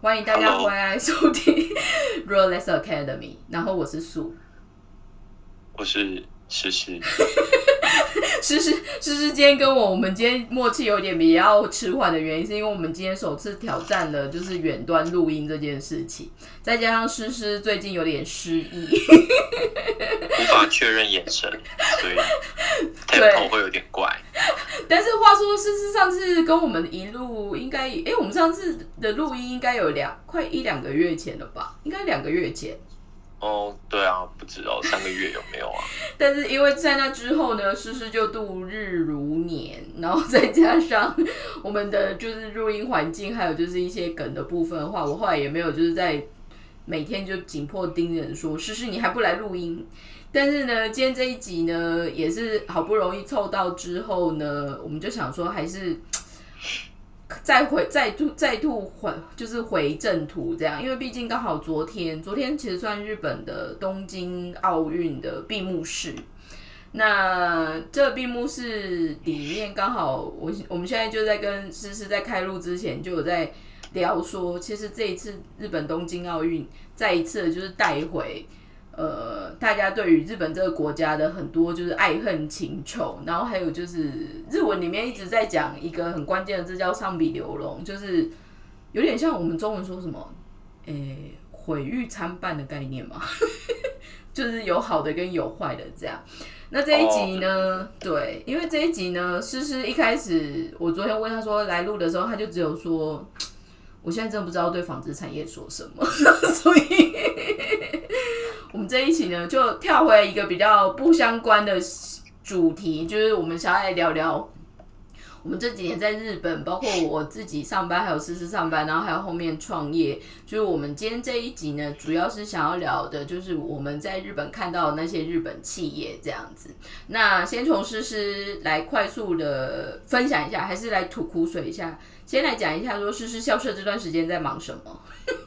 欢迎大家回来收听 Rolex Academy。然后我是素， 我是诗诗。 诗诗今天跟我们今天默契有点比较迟缓的原因，是因为我们今天首次挑战了就是远端录音这件事情，再加上诗诗最近有点失忆， 无法确认眼神，所以 tempo 会有点怪。 但是话说，诗诗上次跟我们一路应该，我们上次的录音应该有快一两个月前了吧？应该2个月前。 哦，对啊，不知道3个月有没有啊？ 但是因为在那之后呢，诗诗就度日如年，然后再加上我们的就是录音环境，还有就是一些梗的部分的话，我后来也没有就是在每天就紧迫盯人说，诗诗你还不来录音？但是呢，今天这一集呢，也是好不容易凑到之后呢，我们就想说还是再度就是回正途这样，因为毕竟刚好昨天其实算日本的东京奥运的闭幕式。那这个闭幕式里面刚好我们现在就在跟诗诗在开录之前就有在聊说，其实这一次日本东京奥运再一次的就是带回大家对于日本这个国家的很多就是爱恨情仇，然后还有就是日文里面一直在讲一个很关键的字叫上比流龙，就是有点像我们中文说什么，毁誉参半的概念嘛，就是有好的跟有坏的这样。那这一集呢，对，因为这一集呢，诗诗一开始我昨天问他说来录的时候，他就只有说，我现在真的不知道对纺织产业说什么，所以我们这一期呢就跳回一个比较不相关的主题，就是我们想要来聊聊我们这几年在日本，包括我自己上班，还有诗诗上班，然后还有后面创业，就是我们今天这一集呢，主要是想要聊的就是我们在日本看到的那些日本企业这样子。那先从诗诗来快速的分享一下，还是来吐苦水一下？先来讲一下说诗诗校舍这段时间在忙什么？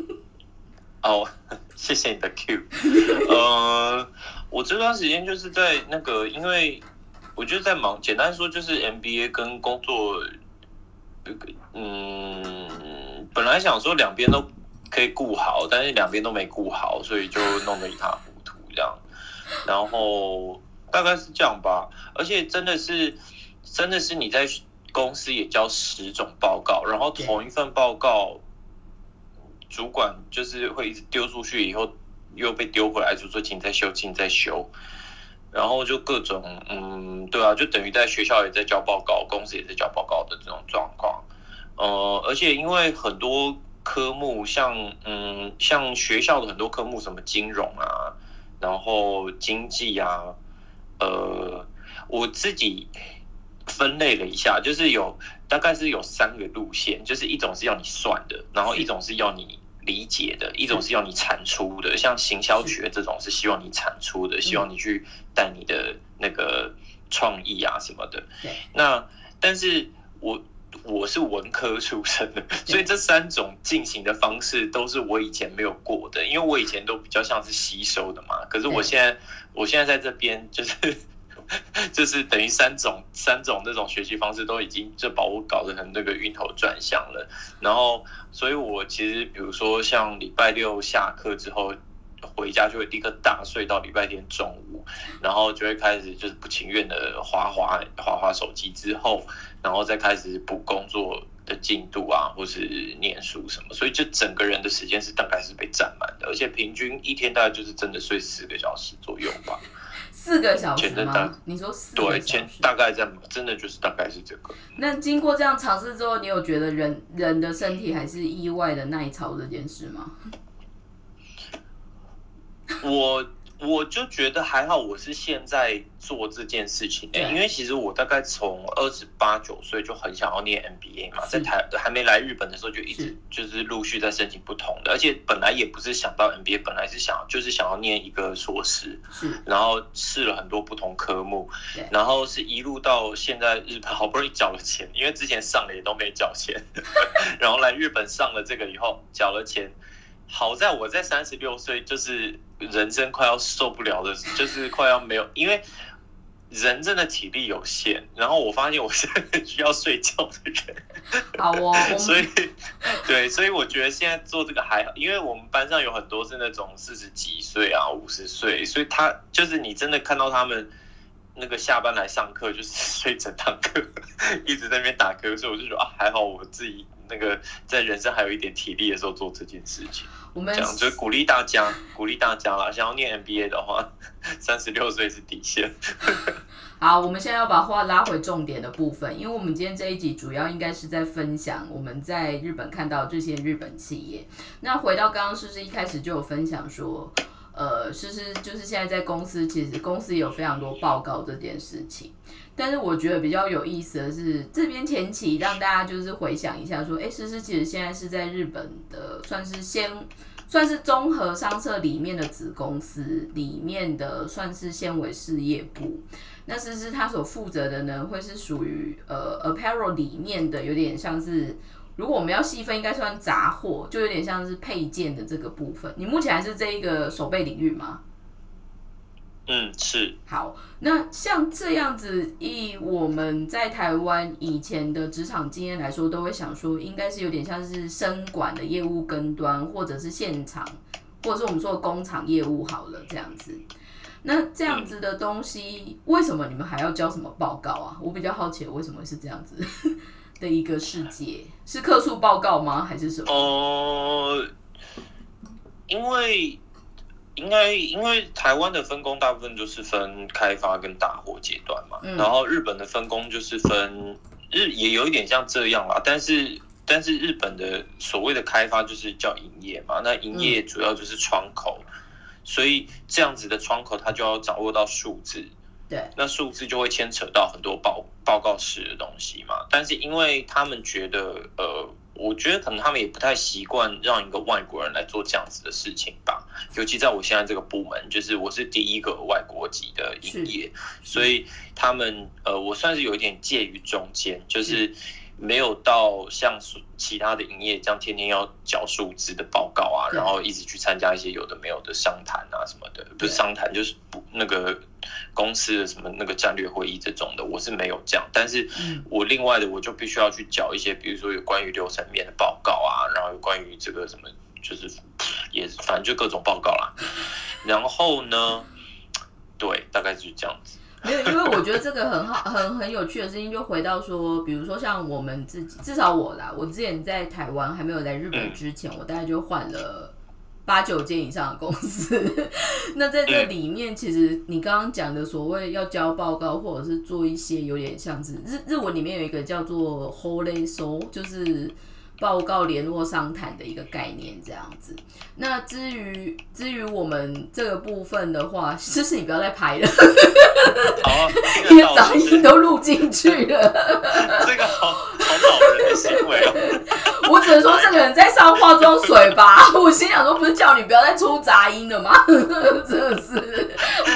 谢谢你的 Q。我这段时间就是在那个，因为我就在忙，简单说就是 MBA 跟工作，本来想说两边都可以顾好，但是两边都没顾好，所以就弄得一塌糊涂这样。然后大概是这样吧，而且真的是你在公司也交10种报告，然后同一份报告，主管就是会一直丢出去，以后又被丢回来，就说请再修，然后就各种对啊，就等于在学校也在交报告，公司也在交报告的这种状况。而且因为很多科目像学校的很多科目，什么金融啊，然后经济啊，我自己分类了一下，就是大概是有3个路线，就是一种是要你算的，然后一种是要你理解的，一种是要你产出的，像行销学这种是希望你产出的，希望你去带你的那个创意啊什么的。那但是我是文科出身的，所以这3种进行的方式都是我以前没有过的，因为我以前都比较像是吸收的嘛。可是我现在在这边就是等于3种那种学习方式都已经就把我搞得很那个晕头转向了。然后，所以我其实比如说像礼拜6下课之后回家就会立刻大睡到礼拜天中午，然后就会开始就是不情愿的滑手机之后，然后再开始补工作的进度啊，或是念书什么，所以就整个人的时间是大概是被占满的，而且平均一天大概就是真的睡4个小时左右吧。 4个小时吗？你说4个小时？ 对，大概这样，真的就是大概是这个。 那经过这样尝试之后，你有觉得人的身体还是意外的耐操这件事吗？ 我就觉得还好，我是现在做这件事情，因为其实我大概从28、9岁就很想要念 MBA 嘛，在还没来日本的时候就一直就是陆续在申请不同的，而且本来也不是想到 MBA， 本来是想要念一个硕士，然后试了很多不同科目，然后是一路到现在日本好不容易缴了钱，因为之前上了也都没缴钱，然后来日本上了这个以后缴了钱。好在我在36岁，就是人生快要受不了的，就是快要没有，因为人真的体力有限，然后我发现我是很需要睡觉的人。 好哦， 所以我觉得现在做这个还好，因为我们班上有很多是那种40几岁啊、50岁，所以他就是你真的看到他们那个下班来上课就是睡整堂课，一直在那边打瞌睡，我就觉得还好我自己那个在人生还有一点体力的时候做这件事情。 我们这样就鼓励大家啦，想要念 MBA 的话，36岁是底线。 好，我们现在要把话拉回重点的部分，因为我们今天这一集主要应该是在分享我们在日本看到这些日本企业。那回到刚刚诗诗一开始就有分享说，诗诗就是现在在公司，其实公司也有非常多报告这件事情。但是我觉得比较有意思的是，这边前期让大家就是回想一下，说，诗诗其实现在是在日本的，算是综合商社里面的子公司里面的，算是纤维事业部。那诗诗她所负责的呢，会是属于apparel 里面的，有点像是，如果我们要细分，应该算杂货，就有点像是配件的这个部分。你目前还是这一个守备领域吗？ 是。 好，那像这样子，以我们在台湾以前的职场经验来说，都会想说，应该是有点像是生管的业务跟端，或者是现场，或者是我们说的工厂业务好了，这样子。那这样子的东西，为什么你们还要交什么报告啊？我比较好奇，为什么会是这样子的一个世界？是客诉报告吗？还是什么？ 因为台湾的分工大部分就是分开发跟大货阶段嘛，然后日本的分工就是也有一点像这样啦，但是日本的所谓的开发就是叫营业嘛，那营业主要就是窗口，所以这样子的窗口它就要掌握到数字， 对， 那数字就会牵扯到很多报告式的东西嘛，但是因为他们觉得我觉得可能他们也不太习惯让一个外国人来做这样子的事情吧，尤其在我现在这个部门，就是我是第一个外国籍的营业，所以他们我算是有一点介于中间，就是没有到像其他的营业这样天天要缴数字的报告啊，然后一直去参加一些有的没有的商谈啊什么的，不是商谈就是那个公司的什么那个战略会议这种的，我是没有这样，但是我另外的我就必须要去缴一些，比如说有关于流程面的报告啊，然后有关于这个什么就是也反正就各种报告啦，然后呢，对，大概就是这样子。 没有，因为我觉得这个很有趣的事情，就回到说，比如说像我们自己，至少我啦，我之前在台湾还没有来日本之前，我大概就换了8、9间以上的公司。那在这里面，其实你刚刚讲的所谓要交报告，或者是做一些有点像是日文里面有一个叫做 horeso， 就是报告联络商谈的一个概念这样子。那至于我们这个部分的话，就是你不要再拍了，你的杂音都录进去了。 这个好老人的行为哦。 我只能说这个人在上化妆水吧。我心想说，不是叫你不要再出杂音了吗？真的是。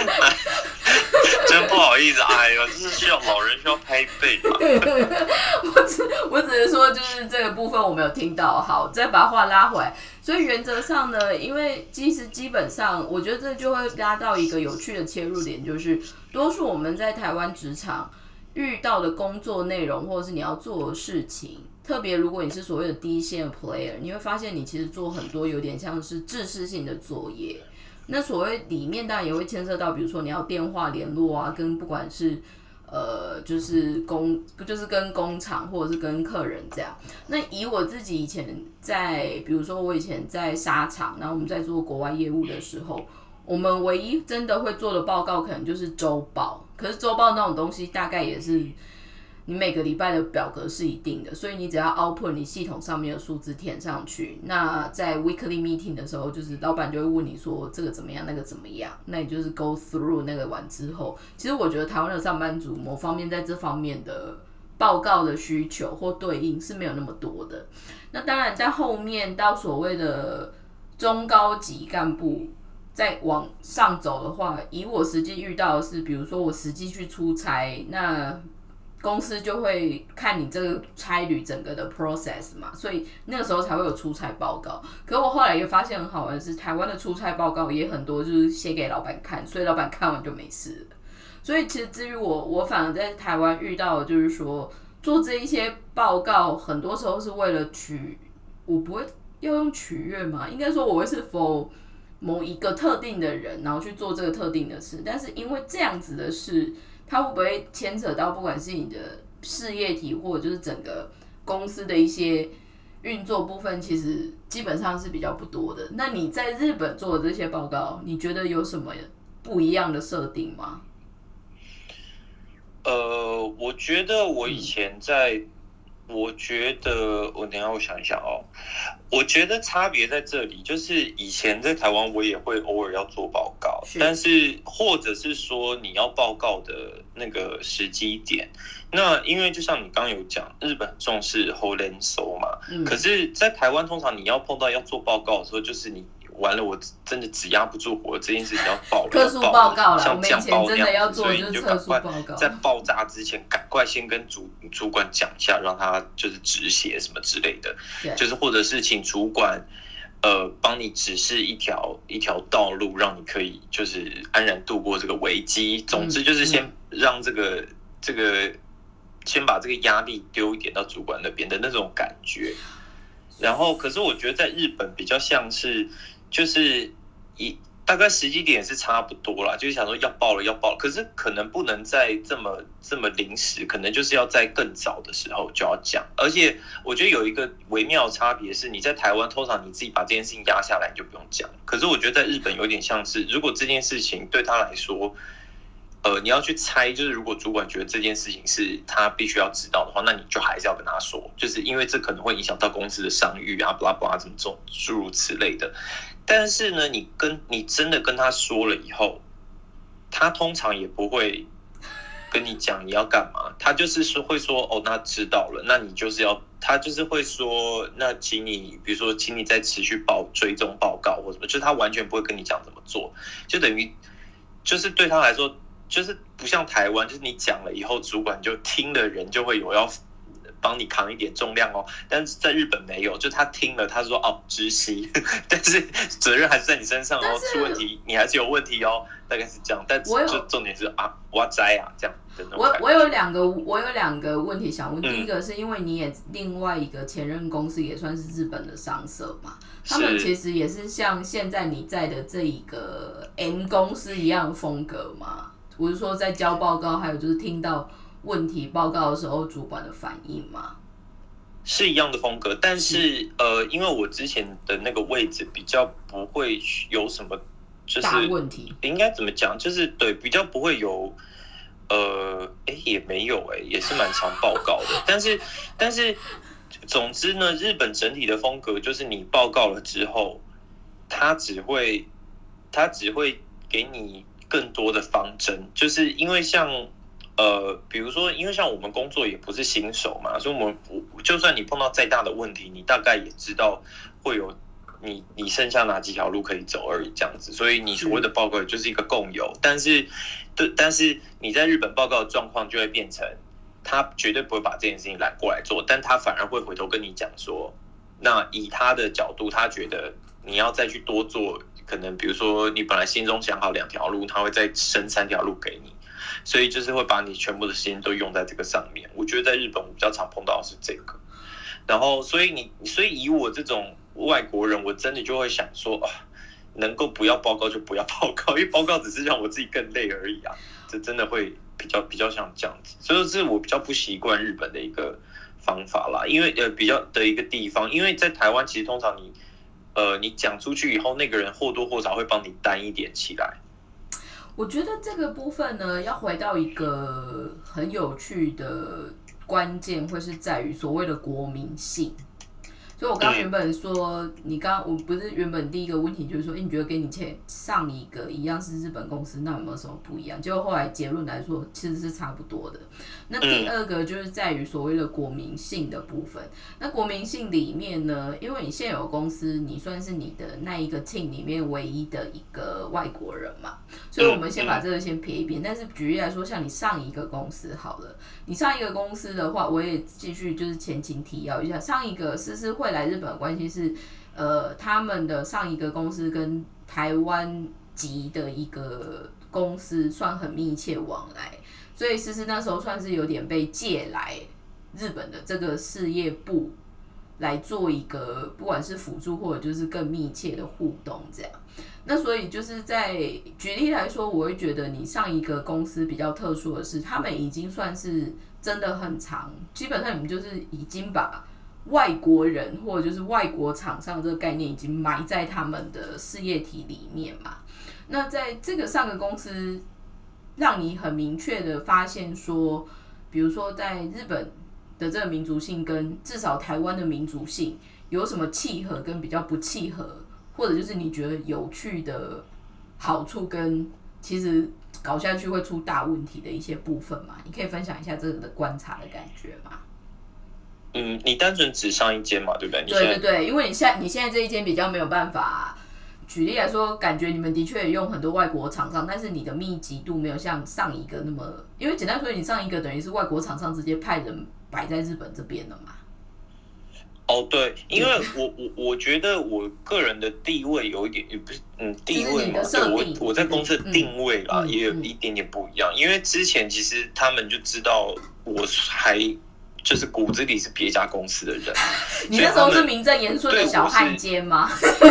真不好意思，哎呦，这是老人需要拍背吧？ 我只能说，就是这个部分我没有听到。好，再把话拉回来。所以原则上呢，因为其实基本上，我觉得这就会拉到一个有趣的切入点，就是多数我们在台湾职场遇到的工作内容，或者是你要做的事情，特别如果你是所谓的第一线的 player， 你会发现你其实做很多有点像是制式性的作业。那所谓里面当然也会牵涉到，比如说你要电话联络啊，跟不管是就是跟工厂或者是跟客人这样。那以我自己以前在，比如说我以前在纱厂，然后我们在做国外业务的时候，我们唯一真的会做的报告可能就是周报。可是周报那种东西大概也是你每个礼拜的表格是一定的，所以你只要 output 你系统上面的数字填上去，那在 weekly meeting 的时候，就是老板就会问你说这个怎么样，那个怎么样，那你就是 go through 那个完之后，其实我觉得台湾的上班族某方面在这方面的报告的需求或对应是没有那么多的。那当然在后面到所谓的中高级干部再往上走的话，以我实际遇到的是，比如说我实际去出差，那公司就会看你这个差旅整个的 process 嘛，所以那个时候才会有出差报告。可我后来也发现很好玩的是，台湾的出差报告也很多就是写给老板看，所以老板看完就没事了。 所以其实至于我反而在台湾遇到的就是说，做这一些报告，很多时候是为了我不会要用取悦嘛，应该说我会是否某一个特定的人，然后去做这个特定的事，但是因为这样子的事，它会不会牵扯到不管是你的事业体，或者就是整个公司的一些运作部分，其实基本上是比较不多的。那你在日本做的这些报告，你觉得有什么不一样的设定吗？ 我觉得我以前我觉得等一下我想一想哦，我觉得差别在这里，就是以前在台湾我也会偶尔要做报告，但是或者是说你要报告的那个时机点，那因为就像你刚刚有讲，日本重视 whole land so 嘛，可是，在台湾通常你要碰到要做报告的时候，就是你完了，我真的只压不住火，这件事情要爆了， 特殊报告了， 像降爆那样子， 所以你就赶快在爆炸之前，赶快先跟主管讲一下，让他就是止血什么之类的，就是或者是请主管帮你指示一条道路，让你可以就是安然度过这个危机。总之就是先让这个先把这个压力丢一点到主管那边的那种感觉。然后，可是我觉得在日本比较像是。就是大概时机点是差不多啦，就是想说要报了，可是可能不能在这么临时，可能就是要在更早的时候就要讲。而且我觉得有一个微妙的差别是，你在台湾通常你自己把这件事情压下来，你就不用讲。可是我觉得在日本有点像是，如果这件事情对他来说，你要去猜，就是如果主管觉得这件事情是他必须要知道的话，那你就还是要跟他说，就是因为这可能会影响到公司的商誉啊，巴拉巴拉这种诸如此类的。但是呢，你真的跟他说了以后，他通常也不会跟你讲你要干嘛，他就是会说哦，那知道了，那你就是他就是会说，那请你比如说，请你再持续追踪报告或什么，就是他完全不会跟你讲怎么做，就等于就是对他来说。就是不像台湾，就是你讲了以后，主管就听的人就会有要帮你扛一点重量哦。但是在日本没有，就他听了，他说哦知悉，但是责任还是在你身上哦，出问题你还是有问题哦，大概是这样。但就重点是啊，我栽啊这样的那种感觉。 我有两个问题想问，第一个是因为你也另外一个前任公司也算是日本的商社嘛，他们其实也是像现在你在的这一个 M 公司一样的风格嘛。我是说，在交报告，还有就是听到问题报告的时候，主管的反应嘛， 是一样的风格。但是因为我之前的那个位置比较不会有什么就是大问题， 应该怎么讲？就是对比较不会有也没有也是蛮常报告的。但是总之呢，日本整体的风格就是你报告了之后，他只会给你更多的方针，就是因为像比如说，因为像我们工作也不是新手嘛，所以就算你碰到再大的问题，你大概也知道会有你剩下哪几条路可以走而已，这样子。所以你所谓的报告就是一个共有，但是你在日本报告的状况就会变成，他绝对不会把这件事情揽过来做，但他反而会回头跟你讲说，那以他的角度，他觉得你要再去多做。可能比如说你本来心中想好2条路，他会再生3条路给你，所以就是会把你全部的时间都用在这个上面。我觉得在日本我比较常碰到的是这个，然后所以以我这种外国人，我真的就会想说啊，能够不要报告就不要报告，因为报告只是让我自己更累而已啊，这真的会比较像这样子，所以是我比较不习惯日本的一个方法啦，因为比较的一个地方，因为在台湾其实通常你讲出去以后，那个人或多或少会帮你担一点起来。 我觉得这个部分呢，要回到一个很有趣的关键，会是在于所谓的国民性。所以我刚原本说，我不是原本第一个问题就是说，你觉得跟你上一个一样是日本公司，那有没有什么不一样？结果后来结论来说，其实是差不多的。那第二个就是在于所谓的国民性的部分。那国民性里面呢，因为你现有公司，你算是你的那一个 team 里面唯一的一个外国人嘛，所以我们先把这个先撇一边。但是举例来说，像你上一个公司好了，你上一个公司的话，我也继续就是前情提要一下，上一个思会来日本的关系是，他们的上一个公司跟台湾籍的一个公司算很密切往来，所以思思那时候算是有点被借来日本的这个事业部来做一个不管是辅助或者就是更密切的互动这样。那所以就是在举例来说，我会觉得你上一个公司比较特殊的是，他们已经算是真的很长，基本上你们就是已经把外国人或者就是外国厂商这个概念已经埋在他们的事业体里面嘛。那在这个上个公司，让你很明确的发现说，比如说在日本的这个民族性跟至少台湾的民族性有什么契合跟比较不契合，或者就是你觉得有趣的好处跟其实搞下去会出大问题的一些部分嘛？你可以分享一下这个的观察的感觉吗？ 你单纯指上一间嘛，对不对？ 对对对，因为你现在这一间比较没有办法。举例来说，感觉你们的确也用很多外国厂商，但是你的密集度没有像上一个那么，因为简单说，你上一个等于是外国厂商直接派人摆在日本这边了嘛。 哦，对，因为我觉得我个人的地位有一点，也不是地位嘛，对，我在公司的定位啦，也有一点点不一样。因为之前其实他们就知道我还就是骨子里是别家公司的人。 你那时候是名正言顺的小汉奸吗？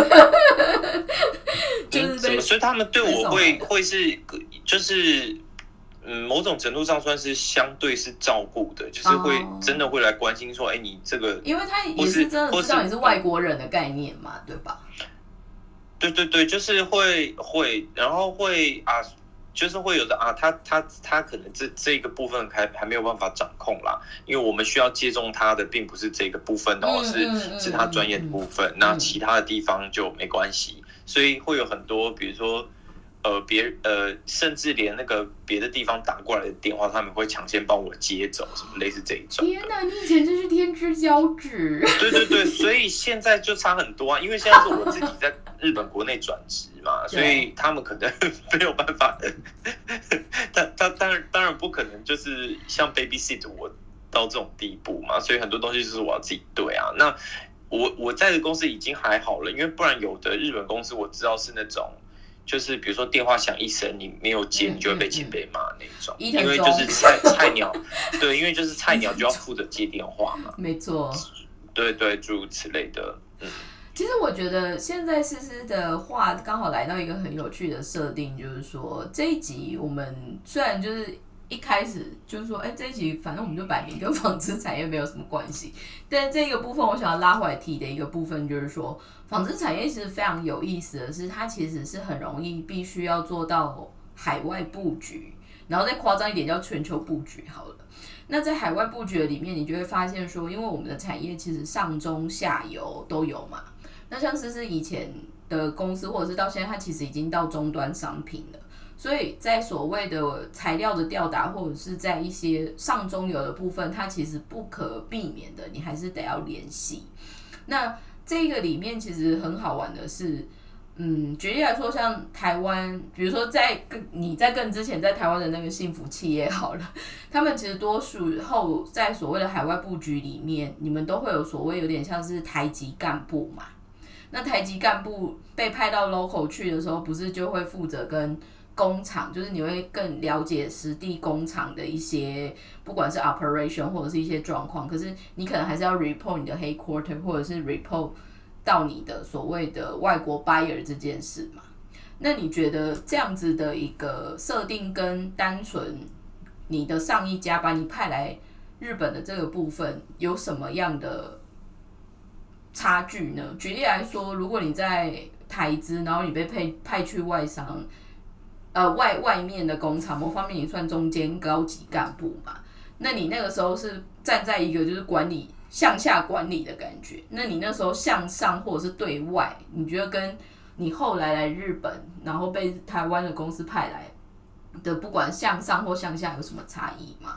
所以他们对我会是就是某种程度上算是相对是照顾的，就是会真的会来关心说，你这个， 因为他也是真的知道你是外国人的概念嘛，对吧？ 对对对，就是会，然后会就是会有的他可能这个部分还没有办法掌控啦，因为我们需要接种他的并不是这个部分哦，是他专业的部分，那其他的地方就没关系，所以会有很多比如说甚至连那个别的地方打过来的电话，他们会抢先帮我接走，什么类似这一种。 天哪，你以前真是天之骄子。 对对对，所以现在就差很多啊，因为现在是我自己在日本国内转职嘛，所以他们可能没有办法，他当然不可能就是像 babysit 我到这种地步嘛，所以很多东西就是我要自己对啊。那我在的公司已经还好了，因为不然有的日本公司我知道是那种。就是比如说电话响一声，你没有接，你就会被前辈骂那种，因为就是菜鸟，对，因为就是菜鸟就要负责接电话嘛， 没错， 对对，诸如此类的， 其实我觉得现在思思的话刚好来到一个很有趣的设定，就是说这一集我们虽然就是一开始就是说，这一集反正我们就摆明跟纺织产业没有什么关系，但这个部分我想要拉回来提的一个部分就是说。纺织产业其实非常有意思的是，它其实是很容易必须要做到海外布局，然后再夸张一点叫全球布局好了。那在海外布局的里面，你就会发现说，因为我们的产业其实上中下游都有嘛。那像是以前的公司，或者是到现在，它其实已经到终端商品了。所以在所谓的材料的调达，或者是在一些上中游的部分，它其实不可避免的，你还是得要联系。那这个里面其实很好玩的是，举例来说，像台湾，比如说你在更之前在台湾的那个幸福企业好了，他们其实多数后在所谓的海外布局里面，你们都会有所谓有点像是台籍干部嘛。那台籍干部被派到 local 去的时候，不是就会负责跟工厂，就是你会更了解实地工厂的一些，不管是 operation 或者是一些状况，可是你可能还是要 report 你的 headquarter 或者是 report 到你的所谓的外国 buyer 这件事嘛。那你觉得这样子的一个设定跟单纯你的上一家把你派来日本的这个部分有什么样的差距呢？举例来说，如果你在台资，然后你被派去外商。外面的工厂，某方面也算中间高级干部嘛。那你那个时候是站在一个就是管理向下管理的感觉。那你那时候向上或者是对外，你觉得跟你后来日本，然后被台湾的公司派来的，不管向上或向下有什么差异吗？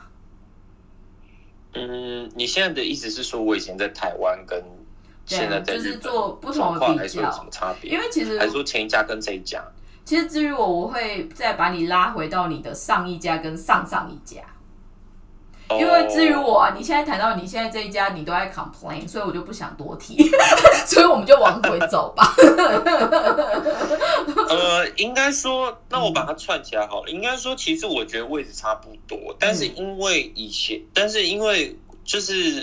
你现在的意思是说我以前在台湾跟现在在日本做不同的比较， 有什么差别？ 因为其实还说前一家跟这一家。 其实至于我会再把你拉回到你的上一家跟上上一家， 因为至于我啊，你现在谈到你现在这一家，你都在 complain， 所以我就不想多提，所以我们就往回走吧。 应该说，那我把它串起来好了。应该说，其实我觉得位置差不多，但是因为就是，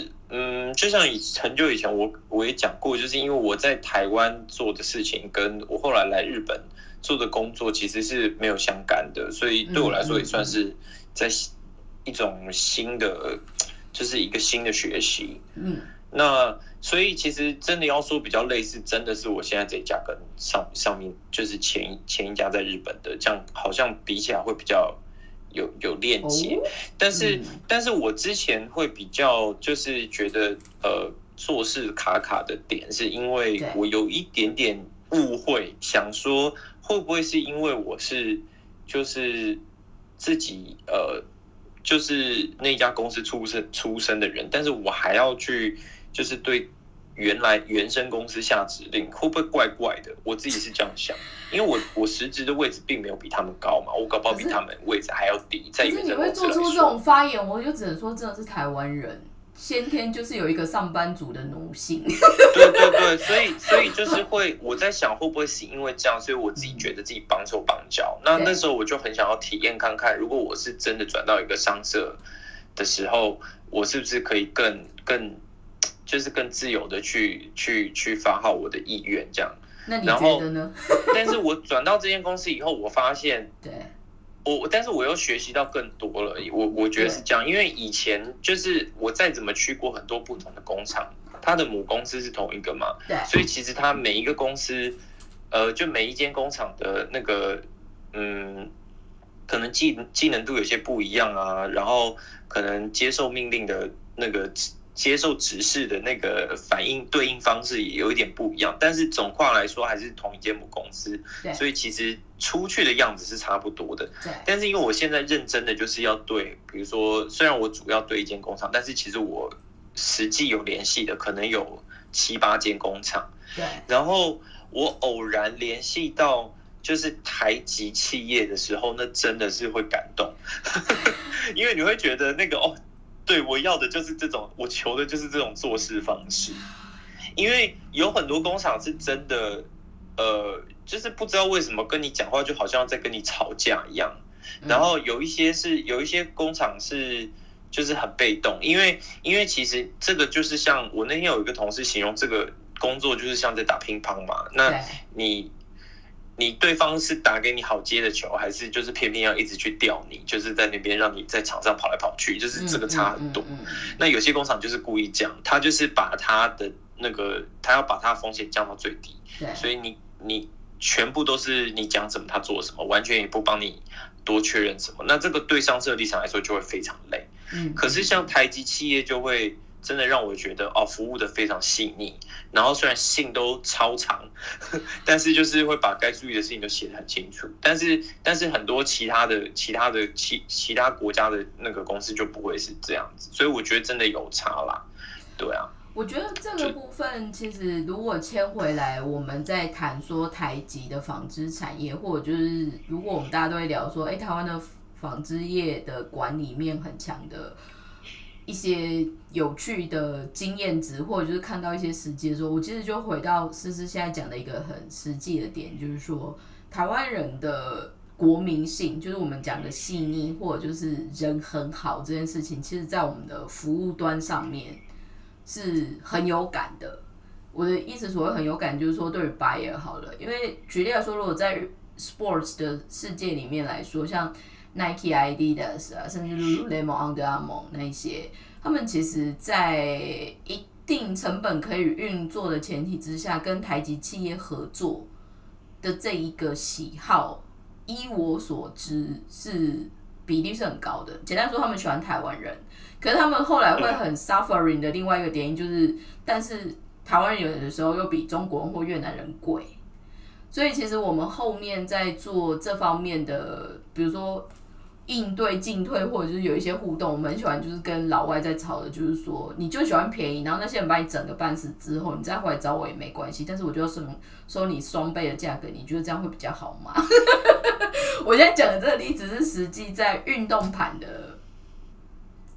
就像很久以前我也讲过，就是因为我在台湾做的事情，跟我后来来日本做的工作其实是没有相干的，所以对我来说也算是在一种新的，就是一个新的学习。那所以其实真的要说比较类似，真的是我现在这一家跟上面就是前一家在日本的，这样好像比起来会比较有链接。但是我之前会比较就是觉得做事卡卡的点，是因为我有一点点误会，想说会不会是因为我是就是自己就是那家公司出身的人，但是我还要去就是对原生公司下指令，会不会怪怪的？我自己是这样想，因为我实质的位置并没有比他们高嘛，我搞不好比他们位置还要低。在原生公司来说，可是你会做出这种发言，我就只能说真的是台湾人。先天就是有一个上班族的奴性。 对，所以就是我在想会不会是因为这样，所以我自己觉得自己绑手绑脚。那时候我就很想要体验看看，如果我是真的转到一个商社的时候，我是不是可以更就是更自由的去发号我的意愿这样。 那你觉得呢？ 但是我转到这间公司以后，我发现对。 但是我又学习到更多了，我觉得是这样，因为以前就是我再怎么去过很多不同的工厂，它的母公司是同一个嘛， 对， 所以其实它每一个公司，就每一间工厂的那个，可能技能度有些不一样啊，然后可能接受命令的那个接受指示的那个反应对应方式也有一点不一样，但是总括来说还是同一间母公司，所以其实出去的样子是差不多的。但是因为我现在认真的就是要对，比如说虽然我主要对一间工厂，但是其实我实际有联系的可能有7、8间工厂。然后我偶然联系到就是台籍企业的时候，那真的是会感动，因为你会觉得那个对，我要的就是这种，我求的就是这种做事方式。因为有很多工厂是真的，就是不知道为什么跟你讲话就好像在跟你吵架一样。然后有一些工厂是就是很被动，因为其实这个就是像我那天有一个同事形容这个工作就是像在打乒乓嘛，那你对方是打给你好接的球，还是就是偏偏要一直去吊你，就是在那边让你在场上跑来跑去，就是这个差很多。那有些工厂就是故意这样，他就是把他的那个，他要把他的风险降到最低，所以你全部都是你讲什么他做什么，完全也不帮你多确认什么。那这个对商社立场来说就会非常累。可是像台籍企业就会真的让我觉得服务的非常细腻，然后虽然信都超长，但是就是会把该注意的事情都写得很清楚。但是很多其他国家的那个公司就不会是这样子，所以我觉得真的有差啦。对啊， 我觉得这个部分其实如果牵回来，我们在谈说台籍的纺织产业，或者就是如果我们大家都会聊说，台湾的纺织业的管理面很强的一些有趣的经验值，或者就是看到一些实际的时候，我其实就回到思思现在讲的一个很实际的点，就是说台湾人的国民性，就是我们讲的细腻或者就是人很好这件事情，其实在我们的服务端上面是很有感的。我的意思所谓很有感，就是说对于 buyer 好了，因为举例来说，如果在 sports 的世界里面来说，像 Nike、Adidas 啊，甚至 Lululemon、Under Armour 那一些，他们其实在一定成本可以运作的前提之下，跟台籍企业合作的这一个喜好，依我所知是比例是很高的。简单说，他们喜欢台湾人，可是他们后来会很 suffering 的另外一个原因就是，但是台湾人有的时候又比中国人或越南人贵，所以其实我们后面在做这方面的，比如说应对进退，或者就是有一些互动，我们很喜欢就是跟老外在吵的，就是说你就喜欢便宜，然后那些人把你整个半死之后，你再回来找我也没关系，但是我就要收你双倍的价格，你觉得这样会比较好吗？我现在讲的这个例子是实际在运动盘的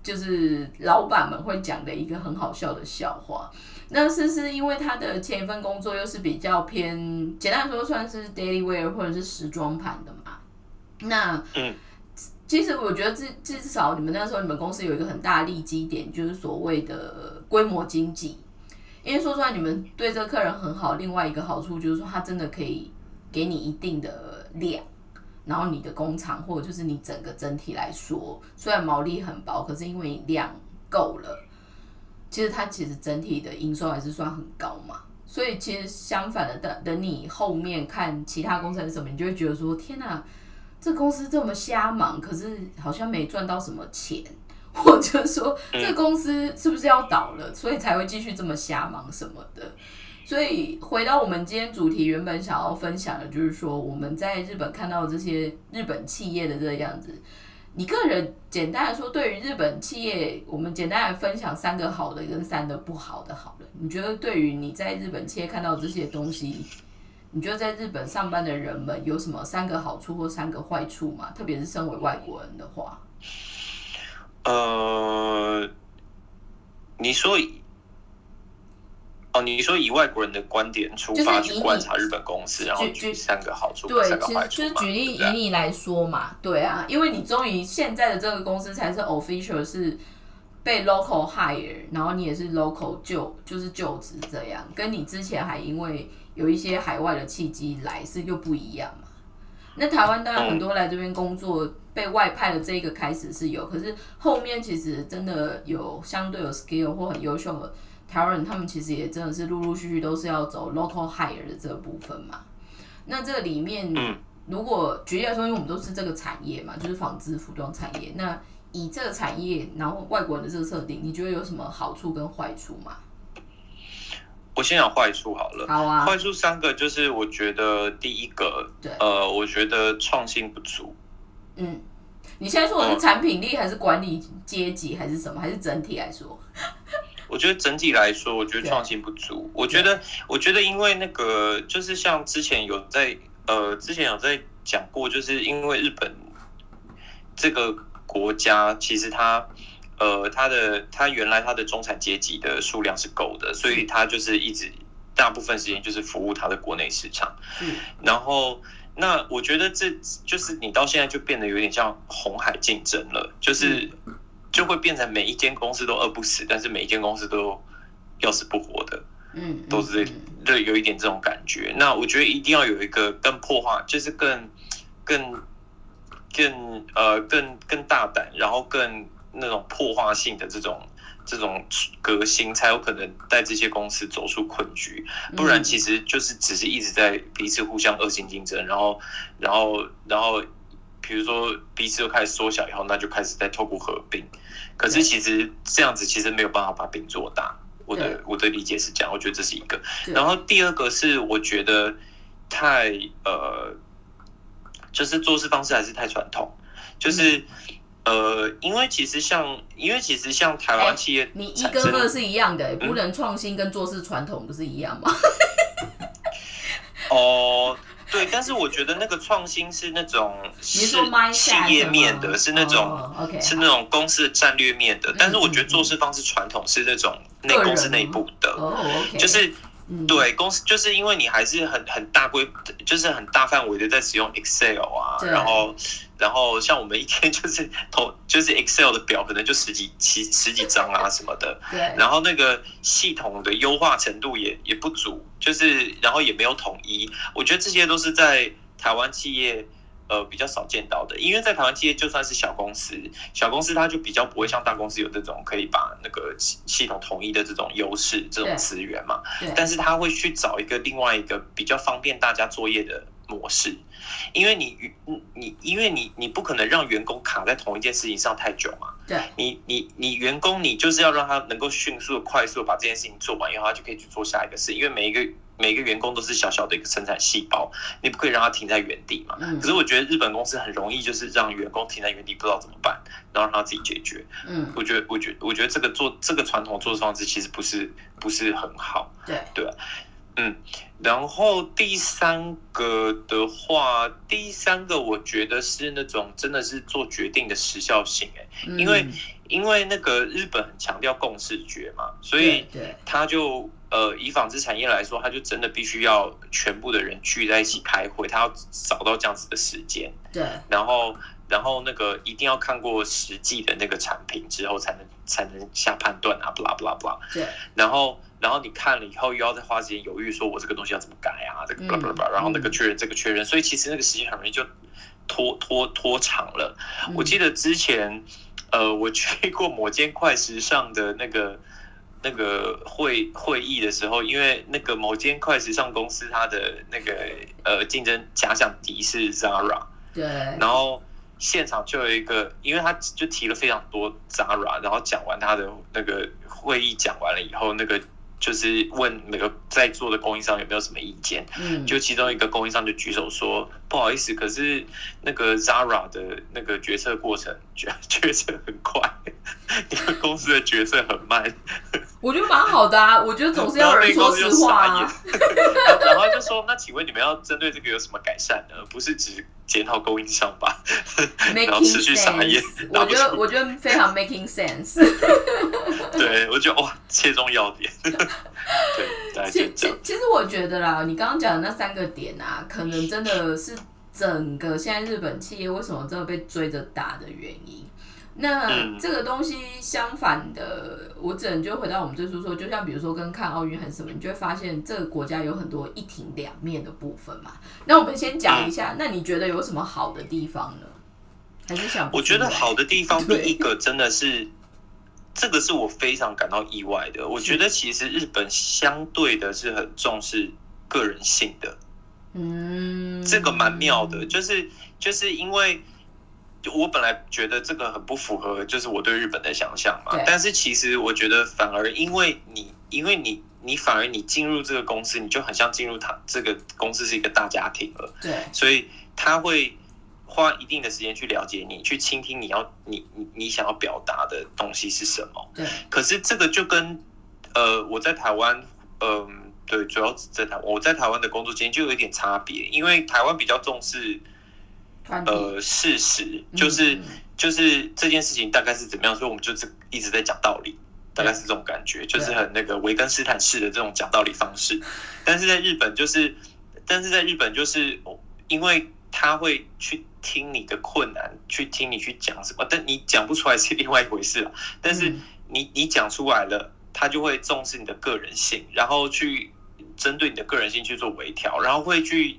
就是老板们会讲的一个很好笑的笑话。那是因为他的前一份工作又是比较偏，简单说算是 daily wear 或者是时装盘的嘛。那其实我觉得至少你们那时候你们公司有一个很大的利基点，就是所谓的规模经济。因为说出来你们对这个客人很好，另外一个好处就是说他真的可以给你一定的量，然后你的工厂或者就是你整个整体来说，虽然毛利很薄，可是因为你量够了，其实它其实整体的营收还是算很高嘛。所以其实相反的，等你后面看其他公司还是什么，你就会觉得说天哪，这公司这么瞎忙，可是好像没赚到什么钱。或者说这公司是不是要倒了，所以才会继续这么瞎忙什么的。所以回到我们今天主题，原本想要分享的就是说，我们在日本看到这些日本企业的这个样子。你个人简单来说，对于日本企业，我们简单来分享3个好的跟3个不好的好了。你觉得对于你在日本企业看到这些东西，你觉得在日本上班的人们有什么3个好处或3个坏处吗？特别是身为外国人的话。 你说以外国人的观点出发去观察日本公司，然后举3个好处、3个坏处嘛？ 就是举例以你来说嘛，对啊，因为你终于现在的这个公司才是 official 是被 local hire， 然后你也是 local 就是就职这样，跟你之前还因为有一些海外的契机来是又不一样嘛。那台湾当然很多来这边工作被外派的这一个开始是有，可是后面其实真的有相对有 skill 或很优秀的台湾人，他们其实也真的是陆陆续续都是要走 local hire 的这个部分嘛。那这里面，如果举例来说，因为我们都是这个产业嘛，就是纺织服装产业，那以这个产业，然后外国人的这个设定，你觉得有什么好处跟坏处吗？ 我先讲坏处好了。 好啊。 坏处3个就是我觉得第一个，我觉得创新不足。 你现在说的是产品力，还是管理阶级，还是什么？还是整体来说？ 我觉得整体来说，我觉得创新不足。我觉得因为那个就是像之前有在讲过，就是因为日本这个国家其实它原来它的中产阶级的数量是够的，所以它就是一直大部分时间就是服务它的国内市场。然后那我觉得这就是你到现在就变得有点像红海竞争了，就会变成每一间公司都饿不死，但是每一间公司都要死不活的。都是有一点这种感觉。那我觉得一定要有一个更破坏，就是更大胆，然后更那种破坏性的这种革新，才有可能带这些公司走出困局。不然其实就是只是一直在彼此互相恶性竞争，然后比如说彼此又开始缩小以后，那就开始在透过合并。可是其实这样子其实没有办法把饼做大。我的理解是这样，我觉得这是一个。然后第二个是我觉得就是做事方式还是太传统，就是因为其实像台湾企业， 你1跟2是一样的，不能创新跟做事传统不是一样吗？ 对，但是我觉得那个创新是那种企业面的，是那种公司的战略面的。但是我觉得做事方式传统是那种公司内部的，就是对公司，就是因为你还是很大就是很大范围的在使用 Excel 啊，然后像我们一天就是 Excel 的表可能就十几张啊什么的，然后那个系统的优化程度也不足，就是然后也没有统一。我觉得这些都是在台湾企业比较少见到的，因为在台湾企业就算是小公司它就比较不会像大公司有这种可以把那个系统统一的这种优势、这种资源嘛，但是他会去找一个另外一个比较方便大家作业的模式，因为你不可能让员工卡在同一件事情上太久嘛，你员工你就是要让他能够迅速快速把这件事情做完以后，他就可以去做下一个事，因为每一个员工都是小小的一个生产细胞，你不可以让他停在原地嘛。可是我觉得日本公司很容易就是让员工停在原地不知道怎么办，然后让他自己解决。我觉得这个传统做事方式其实不是很好。对。然后第三个我觉得是那种真的是做决定的时效性，因因为那个日本很强调共视觉嘛，所以他就以纺织产业来说，他就真的必须要全部的人聚在一起开会，他要找到这样子的时间， 对， 然后那个一定要看过实际的那个产品之后，才能下判断啊，blah blah blah， 对， 然后你看了以后，又要再花时间犹豫，说我这个东西要怎么改啊，这个 blah blah blah，然后那个确认，这个确认，所以其实那个时间很容易就拖长了。我记得之前我去过某间快时尚的那个会议的时候，因为那个某间快时尚公司，它的那个竞争假想敌是 Zara， 对， 然后现场就有一个，因为他就提了非常多 Zara， 然后讲完他的那个会议讲完了以后，那个就是问每个在座的供应商有没有什么意见，就其中一个供应商就举手说，不好意思，可是那个 Zara 的那个决策过程决策很快，你们公司的决策很慢。 我觉得蛮好的啊，我觉得总是要有人说实话啊。 然后就说，那请问你们要针对这个有什么改善呢？不是只检讨供应商吧？然后持续傻眼。 我觉得非常 making sense。 对，我觉得哇，切中要点。对，大概就这样。 其实我觉得啦，你刚刚讲的那3个点啊，可能真的是整个现在日本企业为什么真的被追着打的原因。那这个东西相反的，我只能就回到我们最初说，就像比如说跟看奥运还是什么，你就会发现这个国家有很多一体两面的部分嘛。那我们先讲一下，那你觉得有什么好的地方呢？还是想不出来？ 我觉得好的地方，第一个真的是，这个是我非常感到意外的。我觉得其实日本相对的是很重视个人性的，这个蛮妙的，就是因为。我本来觉得这个很不符合，就是我对日本的想象嘛。但是其实我觉得反而因为你反而你进入这个公司，你就很像进入这个公司是一个大家庭了。 对， 所以他会花一定的时间去了解你，去倾听你想要表达的东西是什么。 对。可是这个就跟我在台湾，对，主要在台湾，我在台湾的工作经验就有一点差别，因为台湾比较重视。事实就是这件事情大概是怎么样，所以我们就是一直在讲道理，大概是这种感觉，就是很那个维根斯坦式的这种讲道理方式。但是在日本就是，因为他会去听你的困难，去听你去讲什么，但你讲不出来是另外一回事了。但是你讲出来了，他就会重视你的个人性，然后去针对你的个人性去做微调，然后会去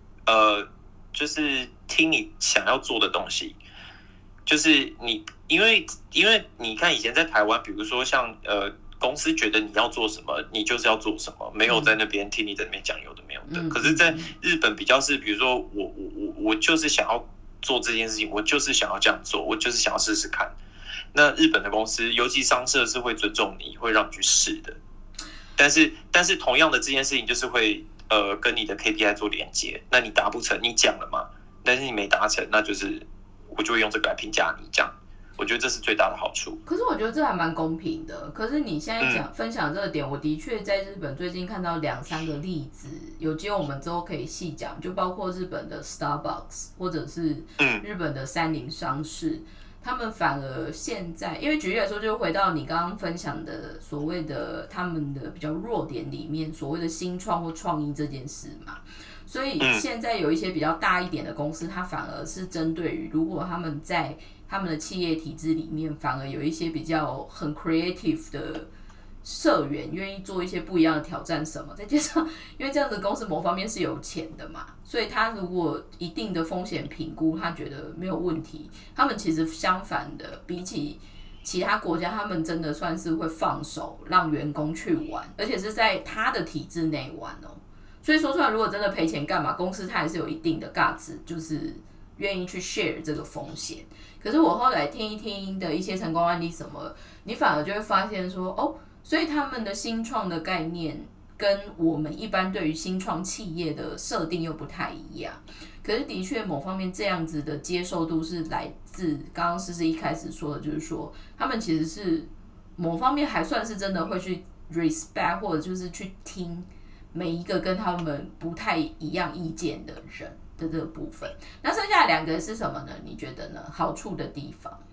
就是听你想要做的东西，就是你，因为你看以前在台湾，比如说像公司觉得你要做什么，你就是要做什么，没有在那边听你在那边讲有的没有的。可是，在日本比较是，比如说我就是想要做这件事情，我就是想要这样做，我就是想要试试看。那日本的公司，尤其商社是会尊重你，会让你去试的。但是同样的这件事情就是会。跟你的 KPI 做连接，那你达不成，你讲了嘛？但是你没达成，那就是我就会用这个来评价你，这样，我觉得这是最大的好处。 可是我觉得这还蛮公平的。可是你现在分享这个点，我的确在日本最近看到2-3个例子，有机会我们之后可以细讲，就包括日本的 Starbucks 或者是日本的三菱商事。他们反而现在，因为举例来说，就回到你刚刚分享的所谓的他们的比较弱点里面，所谓的新创或创意这件事嘛。所以现在有一些比较大一点的公司，它反而是针对于如果他们在他们的企业体制里面，反而有一些比较很 creative 的社员愿意做一些不一样的挑战什么，再加上因为这样子公司某方面是有钱的嘛，所以他如果一定的风险评估他觉得没有问题，他们其实相反的，比起其他国家，他们真的算是会放手让员工去玩，而且是在他的体制内玩哦。所以说出来，如果真的赔钱干嘛，公司它还是有一定的 guts， 就是愿意去 share 这个风险。可是我后来听一听的一些成功案例什么，你反而就会发现说，哦，所以他们的新创的概念跟我们一般对于新创企业的设定又不太一样。可是的确某方面这样子的接受度是来自刚刚诗诗一开始说的，就是说他们其实是某方面还算是真的会去 respect 或者就是去听每一个跟他们不太一样意见的人的这个部分。那剩下2个是什么呢？你觉得呢？好处的地方？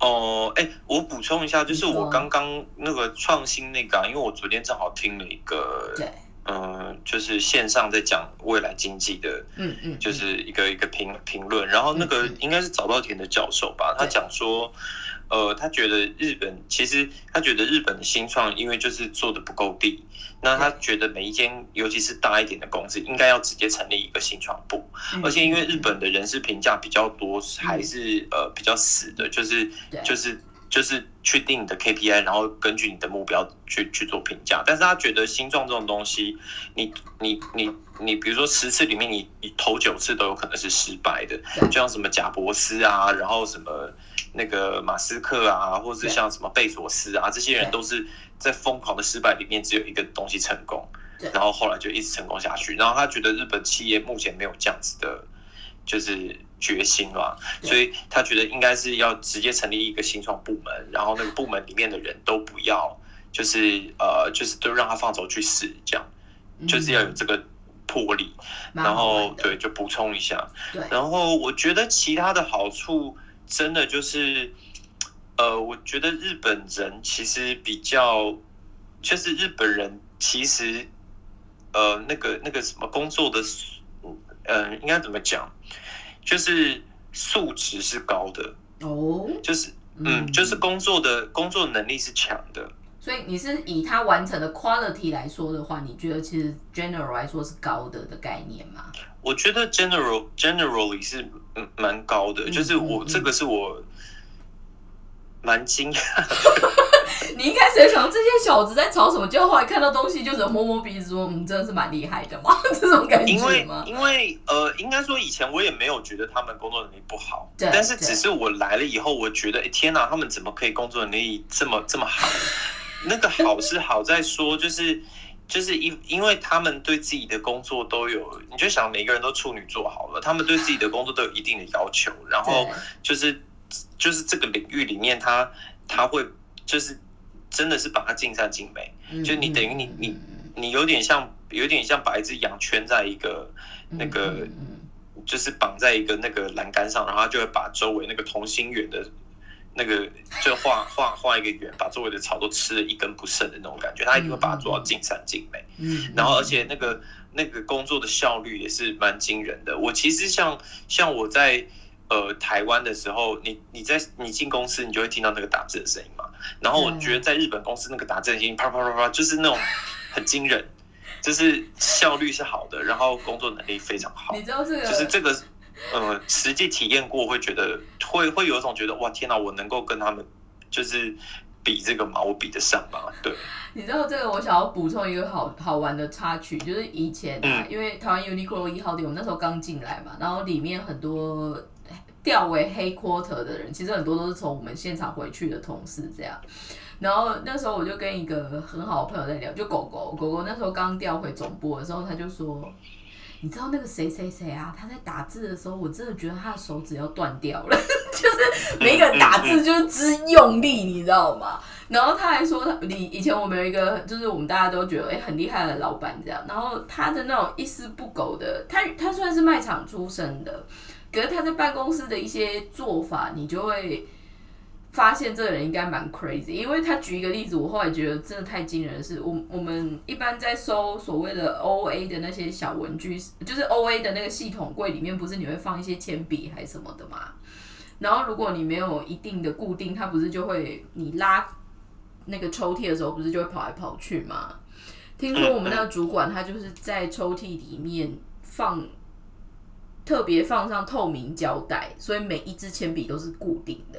哦，我补充一下，就是我刚刚那个创新那个因为我昨天正好听了一个，就是线上在讲未来经济的，就是一个评论，然后那个应该是早稻田的教授吧，他讲说，他觉得日本的新创，因为就是做的不够力，那他觉得每一间尤其是大一点的公司，应该要直接成立一个新创部，而且因为日本的人事评价比较多，还是比较死的，就是去定你的 KPI， 然后根据你的目标去做评价。但是他觉得新创这种东西，你比如说10次里面你头9次都有可能是失败的，就像什么贾伯斯啊，然后什么那个马斯克啊，或是像什么贝索斯啊，这些人都是在疯狂的失败里面只有一个东西成功，然后后来就一直成功下去。然后他觉得日本企业目前没有这样子的，就是决心啦，所以他觉得应该是要直接成立一个新创部门，然后那个部门里面的人都不要，就是都让他放手去试，这样就是要有这个魄力。然后对，就补充一下。然后我觉得其他的好处真的就是，我觉得日本人其实比较，就是日本人其实那个什么工作的，应该怎么讲？就是素质是高的就是工作能力是强的。 所以你是以他完成的 quality 来说的话，你觉得其实 general 来说是高的概念吗？ 我觉得 generally 是蛮高的，就是这个是我蛮惊讶的。 你一开始也想这些小子在吵什么，结果后来看到东西就只能摸摸鼻子说，真的是蛮厉害的嘛，这种感觉吗？ 因为应该说以前我也没有觉得他们工作能力不好，但是只是我来了以后，我觉得天哪，他们怎么可以工作能力这么好？那个好是好在说，就是因为他们对自己的工作都有，你就想每个人都处女座好了，他们对自己的工作都有一定的要求，然后就是这个领域里面他会就是真的是把它尽善尽美，就你等于你有点像把一只羊圈在一个那个就是绑在一个那个栏杆上，然后他就会把周围那个同心圆的那个就画一个圆，把周围的草都吃了一根不剩的那种感觉，他一定会把它做到尽善尽美。然后而且那个工作的效率也是蛮惊人的。我其实像我在台湾的时候，你进公司，你就会听到那个打字的声音嘛。然后我觉得在日本公司那个打字的声音啪啪啪啪，就是那种很惊人，就是效率是好的，然后工作能力非常好。 你知道这个就是这个。实际体验过会觉得会有一种觉得哇天哪，我能够跟他们就是比这个吗？我比得上吗？对。 你知道这个，我想要补充一个好玩的插曲，就是以前因为台湾 Uniqlo 1号店，我们那时候刚进来嘛，然后里面很多调为黑 quarter 的人，其实很多都是从我们现场回去的同事这样。然后那时候我就跟一个很好的朋友在聊，就狗狗那时候刚调回总部的时候，他就说。你知道那个谁啊？他在打字的时候，我真的觉得他的手指要断掉了，就是每一个打字就是之用力，你知道吗？然后他还说，以前我们有一个，就是我们大家都觉得很厉害的老板这样，然后他的那种一丝不苟的，他虽然是卖场出身的，可是他在办公室的一些做法，你就会。发现这个人应该蛮 crazy， 因为他举一个例子，我后来觉得真的太惊人的是，我们一般在收所谓的 OA 的那些小文具，就是 OA 的那个系统柜里面，不是你会放一些铅笔还是什么的嘛？然后如果你没有一定的固定，它不是就会你拉那个抽屉的时候，不是就会跑来跑去嘛？听说我们那个主管他就是在抽屉里面特别放上透明胶带，所以每一支铅笔都是固定的。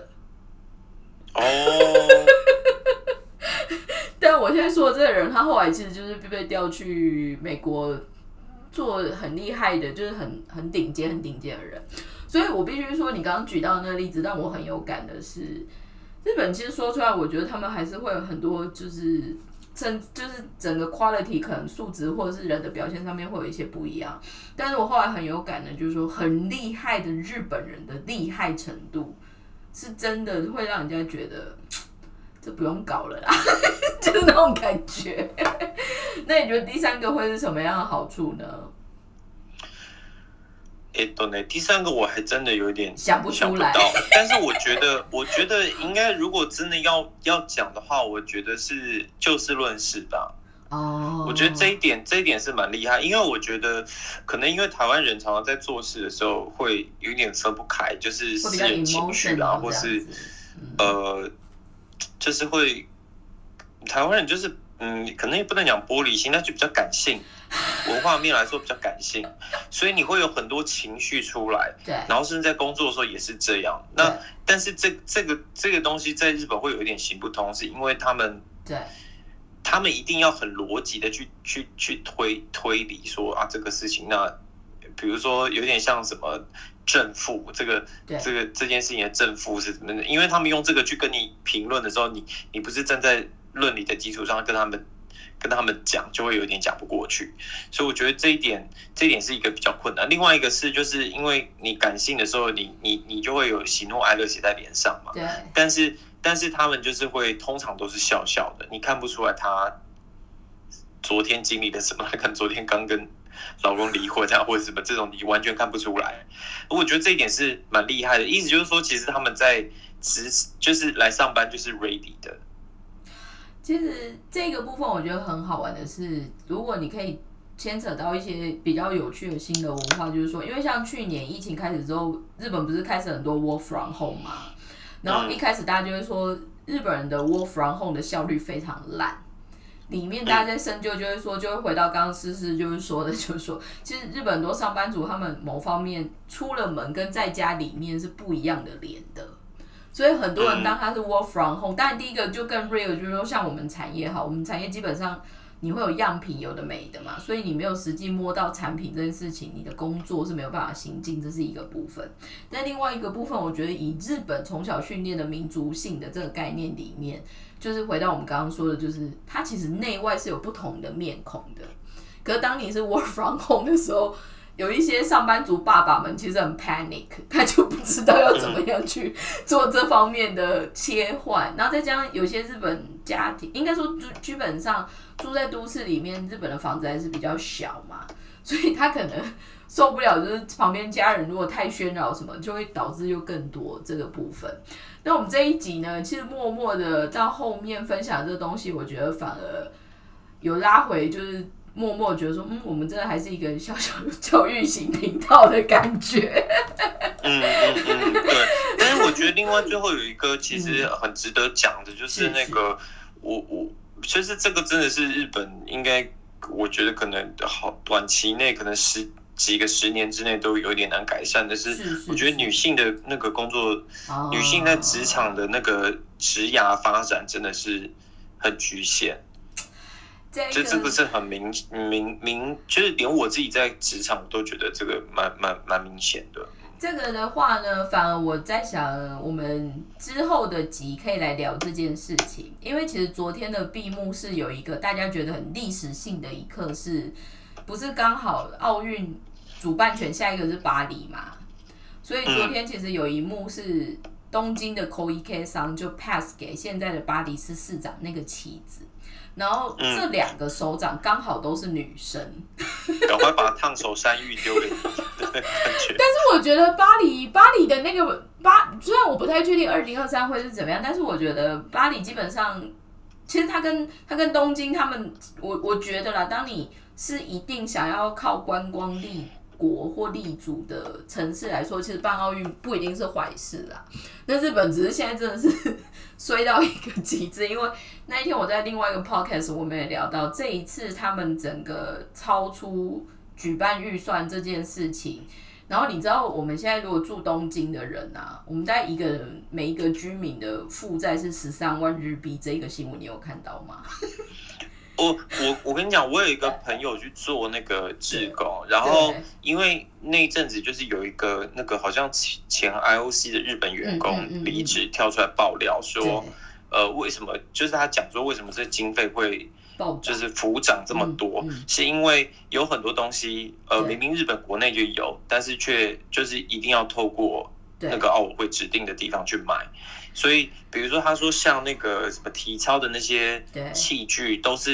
但我现在说的这个人，他后来其实就是被调去美国做很厉害的，就是很顶尖的人。所以我必须说，你刚刚举到的那个例子，让我很有感的是，日本其实说出来，我觉得他们还是会有很多就是整个 quality 可能素质或者是人的表现上面会有一些不一样。但是我后来很有感的，就是说很厉害的日本人的厉害程度。是真的会让人家觉得这不用搞了啦，就是那种感觉。那你觉得第3个会是什么样的好处呢？ 第三个我还真的有点想不出来， 但是我觉得应该如果真的要讲的话，我觉得是就事论事吧。我觉得这一点是蛮厉害，因为我觉得可能因为台湾人常常在做事的时候会有点分不开，就是私人情绪啊，或是就是会台湾人就是可能也不能讲玻璃心，但就比较感性。文化面来说比较感性，所以你会有很多情绪出来， 对， 然后甚至在工作的时候也是这样。那但是这个东西在日本会有一点行不通，是因为他们一定要很逻辑的去推理说啊这个事情，那比如说有点像什么正负，这件事情的正负是怎么的？因为他们用这个去跟你评论的时候，你不是站在论理的基础上跟他们讲，就会有点讲不过去，所以我觉得这一点是一个比较困难。另外一个是，就是因为你感性的时候，你就会有喜怒哀乐写在脸上嘛。 对。 但是他们就是会通常都是笑笑的，你看不出来他昨天经历了什么，他可能昨天刚跟老公离婚啊，或者什么这种，你完全看不出来。我觉得这一点是蛮厉害的，意思就是说，其实他们在就是来上班就是 ready 的。 其实这个部分我觉得很好玩的是，如果你可以牵扯到一些比较有趣的新的文化，就是说，因为像去年疫情开始之后，日本不是开始很多 work from home 嘛，然后一开始大家就会说，日本人的 work from home 的效率非常烂。里面大家在深究，就会说，就会回到刚刚诗诗就是说的，就是说，其实日本很多上班族他们某方面出了门跟在家里面是不一样的脸的。所以很多人当他是 work from home，当然第一个就更 real， 就是说像我们产业哈，我们产业基本上你会有样品有的没的嘛，所以你没有实际摸到产品这件事情，你的工作是没有办法行进，这是一个部分。但另外一个部分，我觉得以日本从小训练的民族性的这个概念里面，就是回到我们刚刚说的，就是它其实内外是有不同的面孔的。可是当你是 work from home 的时候，有一些上班族爸爸们其实很 panic， 他就不知道要怎么样去做这方面的切换，然后再加上有些日本家庭，应该说基本上住在都市里面，日本的房子还是比较小嘛，所以他可能受不了，就是旁边家人如果太喧扰什么，就会导致又更多这个部分。那我们这一集呢，其实默默的到后面分享这个东西，我觉得反而有拉回，就是默默觉得说，我们真的还是一个小小的教育型频道的感觉。 对。但是我觉得另外最后有一个其实很值得讲的，就是那个我就是这个真的是日本应该，我觉得可能短期内可能几个10年之内都有点难改善的是，我觉得女性的那个工作，女性在职场的那个职涯发展真的是很局限。这个是很明，就是连我自己在职场都觉得这个蛮明显的。 这个的话呢，反而我在想，我们之后的集可以来聊这件事情，因为其实昨天的闭幕是有一个大家觉得很历史性的一刻，是不是刚好奥运主办权下一个是巴黎嘛？所以昨天其实有一幕是东京的 Koike 桑就 pass 给现在的巴黎市市长那个旗子。然后这2个首长刚好都是女生， 赶快把烫手山芋丢给你的感觉。 但是我觉得巴黎的那个虽然我不太确定2023会是怎么样，但是我觉得巴黎基本上，其实它跟东京他们，我觉得啦，当你是一定想要靠观光立国或立足的城市来说，其实办奥运不一定是坏事啦。那日本只是现在真的是衰到一个极致，因为那一天我在另外一个 podcast 我们也聊到，这一次他们整个超出举办预算这件事情。然后你知道我们现在如果住东京的人啊，我们大概每一个居民的负债是13万日币，这个新闻你有看到吗？ 我跟你讲，我有一个朋友去做那个志工，然后因为那一阵子就是有一个那个好像前 IOC 的日本员工离职，跳出来爆料说，为什么就是他讲说为什么这经费会就是浮涨这么多，是因为有很多东西明明日本国内就有，但是却就是一定要透过那个奥委会指定的地方去买。所以，比如说，他说像那个什么体操的那些器具，都是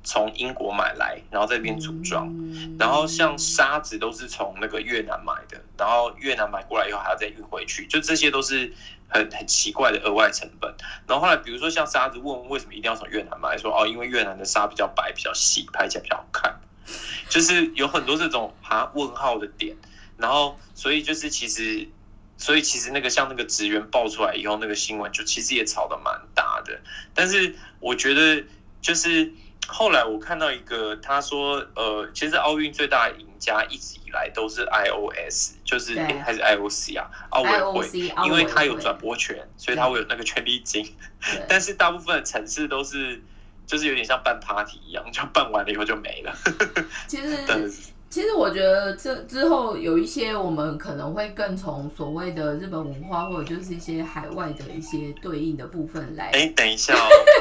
从英国买来，然后在这边组装。然后像沙子都是从那个越南买的，然后越南买过来以后还要再运回去，就这些都是很奇怪的额外成本。然后后来比如说像沙子，问为什么一定要从越南买，说哦因为越南的沙比较白比较细，拍起来比较好看，就是有很多这种问号的点。然后所以其实那个像那个职员爆出来以后，那个新闻就其实也吵得蛮大的。但是我觉得就是后来我看到一个他说，其实奥运最大的赢家一直以来都是 IOS， 就是还是 IOC 啊，奥委会，因为他有转播权，所以他会有那个权利金。但是大部分的城市都是就是有点像办 party 一样，就办完了以后就没了。 其实我觉得这之后有一些我们可能会更从所谓的日本文化，或者就是一些海外的一些对应的部分来。 等一下哦，